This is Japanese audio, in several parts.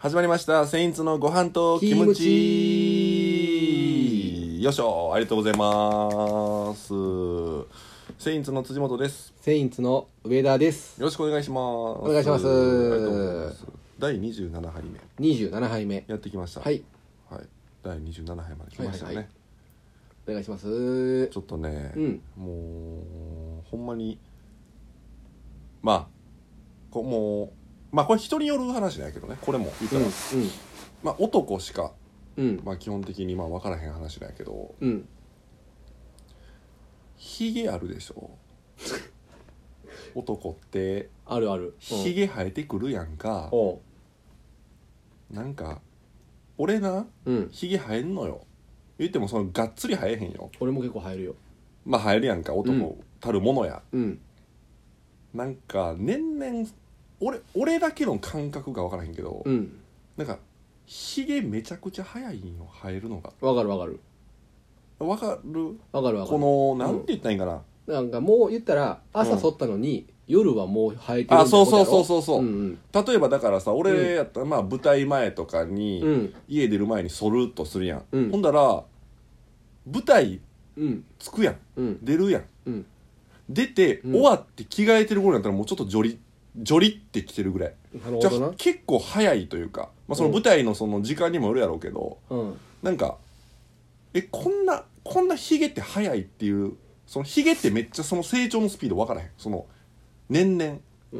始まりましたセインツのご飯とキムチ。よいしょ、ありがとうございます。セインツの辻本です。 セインツの上田です。 よろしくお願いします。 お願いします。 ありがとうございます。第27杯目 27杯目やってきました。 はい、 はい、第27杯まで来ましたね、 はいはいはい、お願いします。 ちょっとね、もうほんまにもうこれ人による話なんやけどね、これも言ったら、男しか、基本的に分からへん話なんやけど、ヒゲあるでしょ男ってあるある、 ヒゲ生えてくるやんか。なんか俺な、ヒゲ生えんのよ。言ってもそのがっつり生えへんよ。 俺も結構生えるよ。 生えるやんか、男たるものや。なんか年々俺だけの感覚が分からへんけど、なんかヒゲめちゃくちゃ早いんよ、生えるのが。 わかるわかるわかる。 わかる。 このなんて言ったらいいんかな、 なんかもう言ったら朝剃ったのに、夜はもう生えてるみたいなことやろ。 そう、例えばだからさ、俺やったら舞台前とかに、家出る前に剃るとするやん、ほんだら舞台着くやん、出るやん、出て、終わって着替えてる頃になったらもうちょっとジョリってきてるぐらい。じゃあ結構早いというか、その舞台のその時間にもよるやろうけど、なんかこんなヒゲって早いっていう、そのヒゲってめっちゃその成長のスピード分からへん、その年々、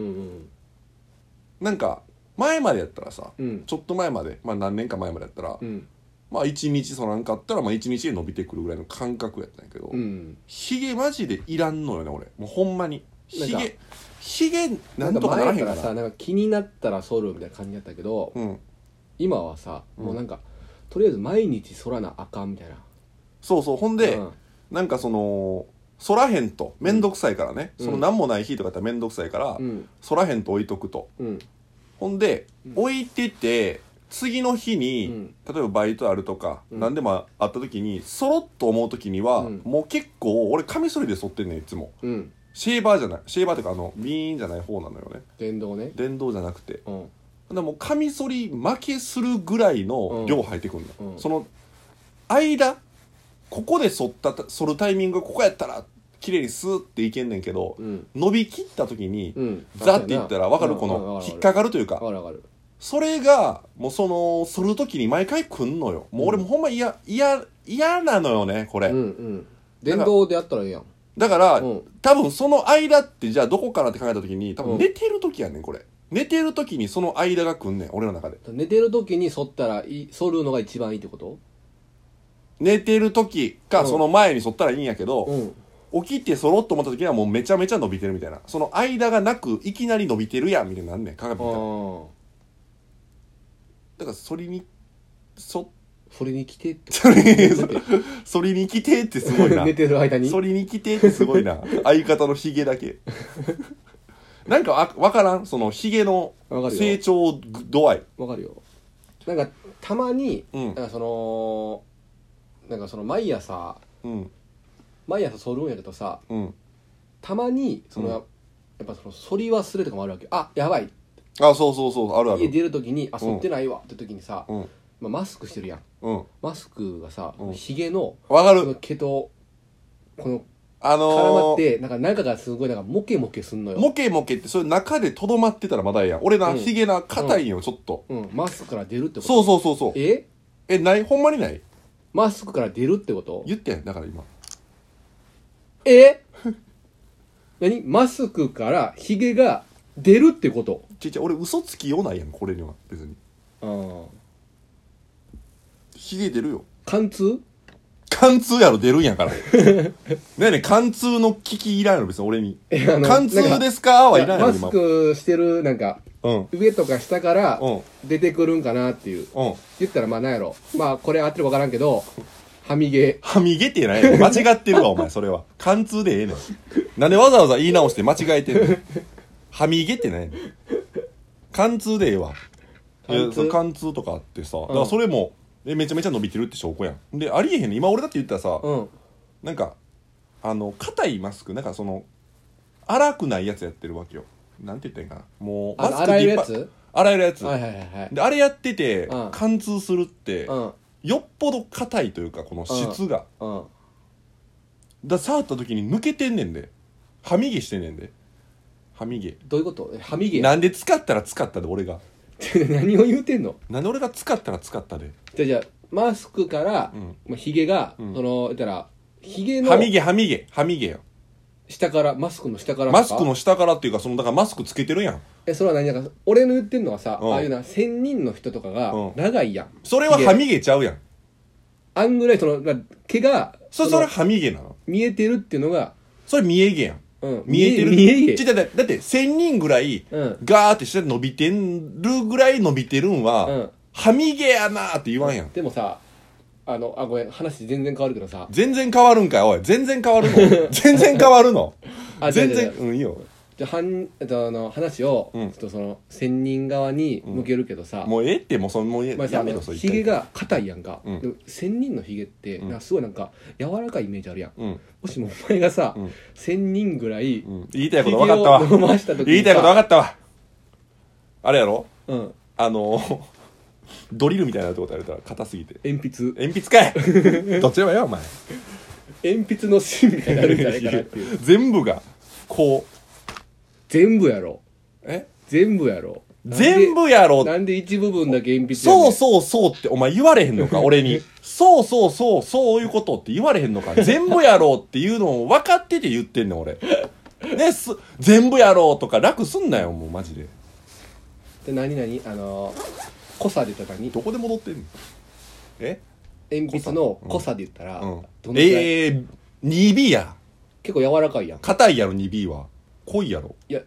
なんか前までやったらさ、ちょっと前まで、何年か前までやったら、1日そらんかったら1日で伸びてくるぐらいの感覚やったんやけど、ヒゲマジでいらんのよね俺。もうほんまにヒゲなんとかならへんかな。 前からさ、なんか気になったら剃るみたいな感じだったけど、今はさ、もうなんかとりあえず毎日剃らなあかんみたいな。 そうほんで、なんかその剃らへんとめんどくさいからね、その何もない日とかやったらめんどくさいから、剃らへんと置いとくと、ほんで、置いてて次の日に、例えばバイトあるとか、何でもあった時にそろっと思う時には、もう結構俺カミソリで剃ってんねんいつも、シェーバーというかビーンじゃない方なのよね。電動じゃなくて、でもカミソリ負けするぐらいの量入ってくるの、その間ここで剃るタイミングがここやったら綺麗にスーっていけんねんけど、伸びきった時に、ザッていったら分かる、この引っかかるというか、それがもうその剃る時に毎回くんのよ。もう俺もほんま嫌なのよねこれ。 電動でやったらええやん。 だから、多分その間ってじゃあどこからって考えた時に、多分寝てる時やねんこれ。寝てる時にその間がくんねん俺の中で。 寝てる時に剃ったら剃るのが一番いいってこと？ 寝てる時か、その前に剃ったらいいんやけど、起きて剃ろうと思った時にはもうめちゃめちゃ伸びてるみたいな、その間がなくいきなり伸びてるやんみたいになんねん、鏡見たら。だから反りに来てって反りに来てってすごいな。 寝てる間に反りに来てってすごいな。相方のヒゲだけなんか分からん、そのヒゲの成長度合い。 分かるよ。なんかたまに、なんかその毎朝剃るんやけどさ、たまにその、やっぱその剃り忘れとかもあるわけ。あ、やばい、 そうあるある。 家出る時に剃ってないわって時にさ、マスクしてるやん、マスクがさ、ヒゲの毛とこの絡まって、中がすごいモケモケすんのよ。 モケモケってそれ中でとどまってたらまだええやん。俺な、ヒゲな硬いんよちょっと。 マスクから出るってこと？ そうない？ほんまにない？ マスクから出るってこと？ 言ってんだから今。 何？マスクからヒゲが出るってこと？ 俺嘘つきようないやんこれには別に。ヒゲ出るよ。貫通やろ、出るんやからね貫通の機器いらんやろ別に俺に。貫通ですかはいらんやろ。 マスクしてる上とか下から出てくるんかなっていう、言ったらなんやろ、これ合ってるか分からんけど、はみ毛ってないよ、間違ってるわお前。それは貫通でええねん。なんでわざわざ言い直して間違えてんの？はみ毛ってないねん。貫通でええわ。貫通とかあってさ、だからそれもめちゃめちゃ伸びてるって証拠やん。でありえへんねん今俺だって言ったらさ、なんか硬いマスク、なんかその粗くないやつやってるわけよ。なんて言ったらいいんかな、もうマスクっていっぱい洗えるやつ、 はいはいはいはい。 であれやってて、 うん貫通するって、 うんよっぽど硬いというかこの質が、 うんだ触った時に抜けてんねんで、はみ毛してんねんで、はみ毛。 どういうこと？はみ毛なんで使ったら使ったで俺が、 何を言うてんの？ なんで俺が使ったら使ったで、 じゃあマスクからヒゲがその言ったらヒゲのはみ毛よ。 下からマスクの下からマスクの下からっていうか、そのだからマスクつけてるやん。 それは何だか俺の言ってんのはさ、 うんああいうな仙人の人とかがうん長いやん。 それははみ毛ちゃうやん。 あんぐらいその毛がそれはみ毛なの。 見えてるっていうのが、 それ見え毛やん。見えてる。 見え毛。 だって1000人ぐらいガーって下で伸びてるぐらい伸びてるんは、はみ毛やなーって言わんやん。 でもさ、ごめん、話全然変わるけどさ、 全然変わるんかい、おい。全然変わるの全然変わるの全然、いいよ。 じゃあ話をちょっとその仙人側に向けるけどさ、 もうええって、もうやめろ、 ヒゲが硬いやんか。 うんでも仙人のヒゲってなんかすごいなんか柔らかいイメージあるやん。 うん。 もしもお前がさ、 うん仙人ぐらい言いたいこと分かったわ。 ヒゲを伸ばした時にさ言いたいこと分かったわ。あれやろ、 うん、 ドリルみたいなってことやれたら硬すぎて。 鉛筆かいどっちでもええわ、お前。 鉛筆の芯みたいになるんじゃないかなっていう全部が、こう。 全部やろ。 え全部やろ。 全部やろ。 なんで一部分だけ鉛筆やねん。 そうってお前言われへんのか俺に。そういうことって言われへんのか。全部やろうっていうのを分かってて言ってんねん俺。ね、全部やろうとか楽すんなよもうマジで。 で何濃さで言ったら何？ どこで戻ってんの？え？ 鉛筆の濃さで言ったら、 うん、 どのくらい 2B や。 結構柔らかいやん。 硬いやろ 2B は。濃いやろ。 いや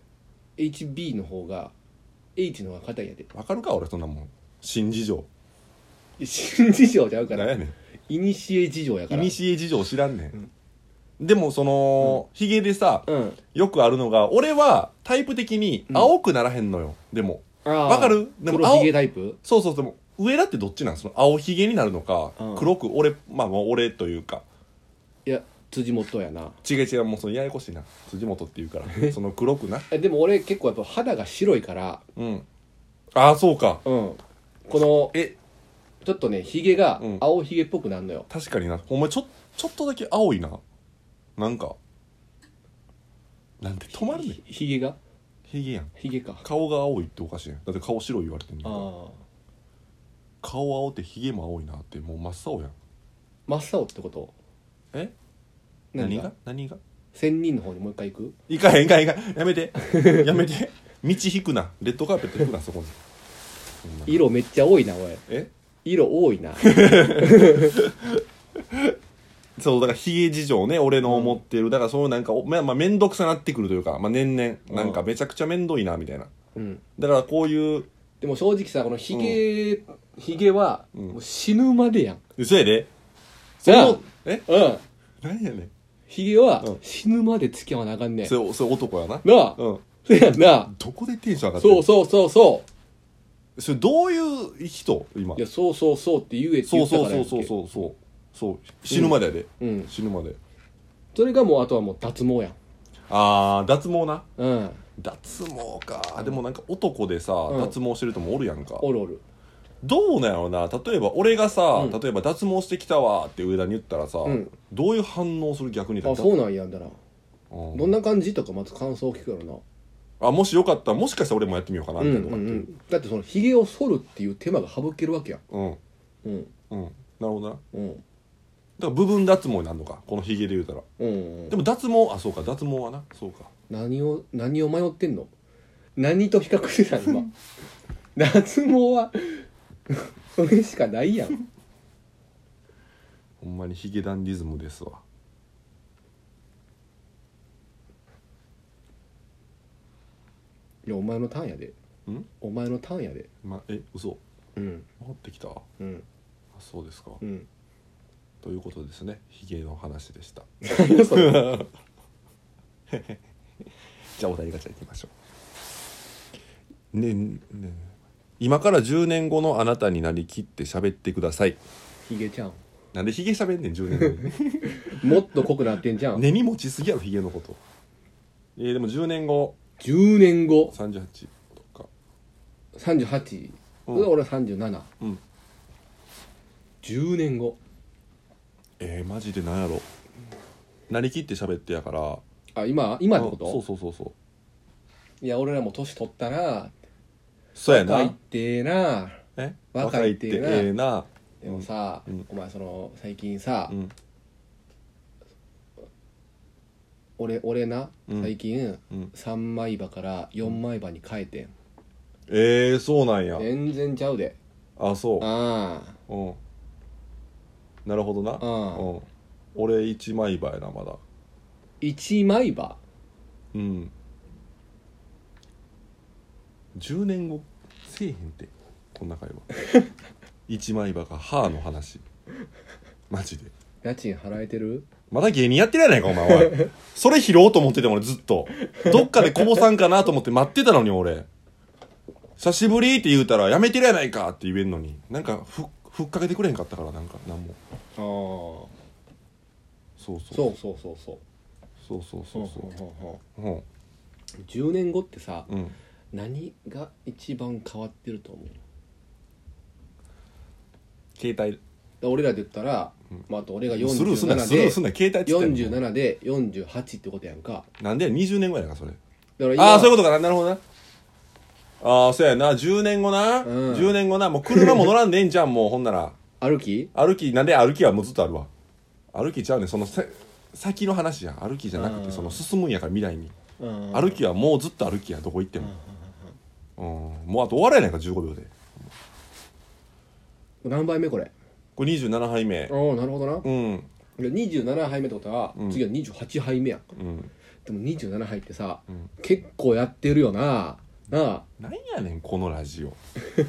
HB の方が H の方が硬いやで。 わかるか俺そんなもん。新事情。 新事情ちゃうから。 何やねん。 イニシエ事情やから。 イニシエ事情知らんねん。でもその、ヒゲでさ、よくあるのが、俺はタイプ的に青くならへんのよ。でもわかる？でも黒ヒゲタイプ？ そうでも上だってどっちなん？その青ひげになるのか、黒く俺俺というか、 いや辻元やな。 違うもうそのややこしいな、辻元っていうからその黒くな。 でも俺結構やっぱ肌が白いから、 ああそうか、 このちょっとねひげが青ひげっぽくなるのよ。 確かにな。お前ちょっとだけ青いな。なんかなんで止まるねん。 ひげがひげやん。 ひげか。 顔が青いっておかしいやん。だって顔白い言われてんねんから。顔青ってひげも青いなって、もう真っ青やん。 真っ青ってこと？ え？何が仙人の方にもう一回行く？ 行かへんやめてやめて。道引くな、レッドカーペット引くなそこに。 色めっちゃ多いなおい。色多いなそうだからヒゲ事情ね、俺の思ってる。だからそういうなんか面倒くさなってくるというか、年々なんかめちゃくちゃ面倒いなみたいな。だからこういう、 でも正直さ、このヒゲはもう死ぬまでやん。 嘘やで。 何やねん。 ヒゲは死ぬまで付き合わなあかんねん。 それ男やな。 なあ、そうやんな。 どこでテンション上がってる？ そうそれどういう人今？ いやそうって言えって言ったからやんけ。 そう死ぬまでやで。死ぬまで。 それがもうあとはもう脱毛やん。 ああ脱毛な。脱毛か。でもなんか男でさ脱毛してる人もおるやんか。 おる。どうなんやろな。例えば俺がさ、例えば脱毛してきたわって上田に言ったらさ、どういう反応する？逆に。 あ、そうなんやんだな。どんな感じとかまず感想を聞くやろな。 あ、もしよかったらもしかしたら俺もやってみようかなみたいな。 だってそのヒゲを剃るっていう手間が省けるわけやん。なるほどな。だから部分脱毛になるのか、このヒゲで言うたら。でも脱毛、あ、そうか、脱毛はな。そうか。 何を迷ってんの？何と比較してた今脱毛はそれしかないやん。 ほんまにヒゲダンディズムですわ。 いやお前のターンやで。お前のターンやで。 嘘。回ってきた。あ、そうですか。ということですね。ヒゲの話でした。じゃあお題ガチャいきましょう。今から10年後のあなたになりきって喋ってください。 ヒゲちゃん。 なんでヒゲ喋んねん10年後に。もっと濃くなってんじゃん。 根に持ちすぎやろヒゲのこと。でも10年後。 10年後。 38とか。 38、 うん、 俺37、 うん、 10年後マジでなんやろ、なりきって喋ってやから。 あ、今ってこと？ そうそうそうそう。 いや俺らも年取ったな。 そうやな。 若いってええな。 若いってええな。 でもさ、お前最近さ、俺な、最近、3枚刃から4枚刃に変えてん。 そうなんや。 全然ちゃうで。 あ、そう。 ああ、 うん。なるほどな。うん。俺1枚刃やな、まだ。 1枚刃。 うん。10年後せえへんってこんな会話。1枚刃が歯の話。マジで家賃払えてる？ まだ芸人やってるやないかお前。おいそれ拾おうと思ってて俺ずっとどっかでこぼさんかなと思って待ってたのに、俺久しぶりって言うたらやめてるやないかって言えんのに、なんかふっかけてくれへんかったから、なんかなんも。 ああ、 そうそうそうそうそうそうそうそうそううん。 10年後ってさ、 うん、 何が一番変わってると思う？ 携帯。 俺らで言ったら、まあ、あと俺がスルーすんな携帯 47で48ってことやんか。 なんで20年後やなそれ。 だからああそういうことかな。なるほどな。ああそうやな。10年後な、10年後な。もう車も乗らんでええんじゃんもう。ほんなら歩きなんで歩きはもうずっとあるわ。歩きちゃうねん、その先の話や。歩きじゃなくてその進むんやから未来に。歩きはもうずっと歩きや、どこ行っても。もうあと終わらないから15秒で。 何杯目これ 27杯目。 ああなるほどな。27杯目ってことは、次は28杯目やん。でも27杯ってさ、結構やってるよな。なあ、 なんやねんこのラジオ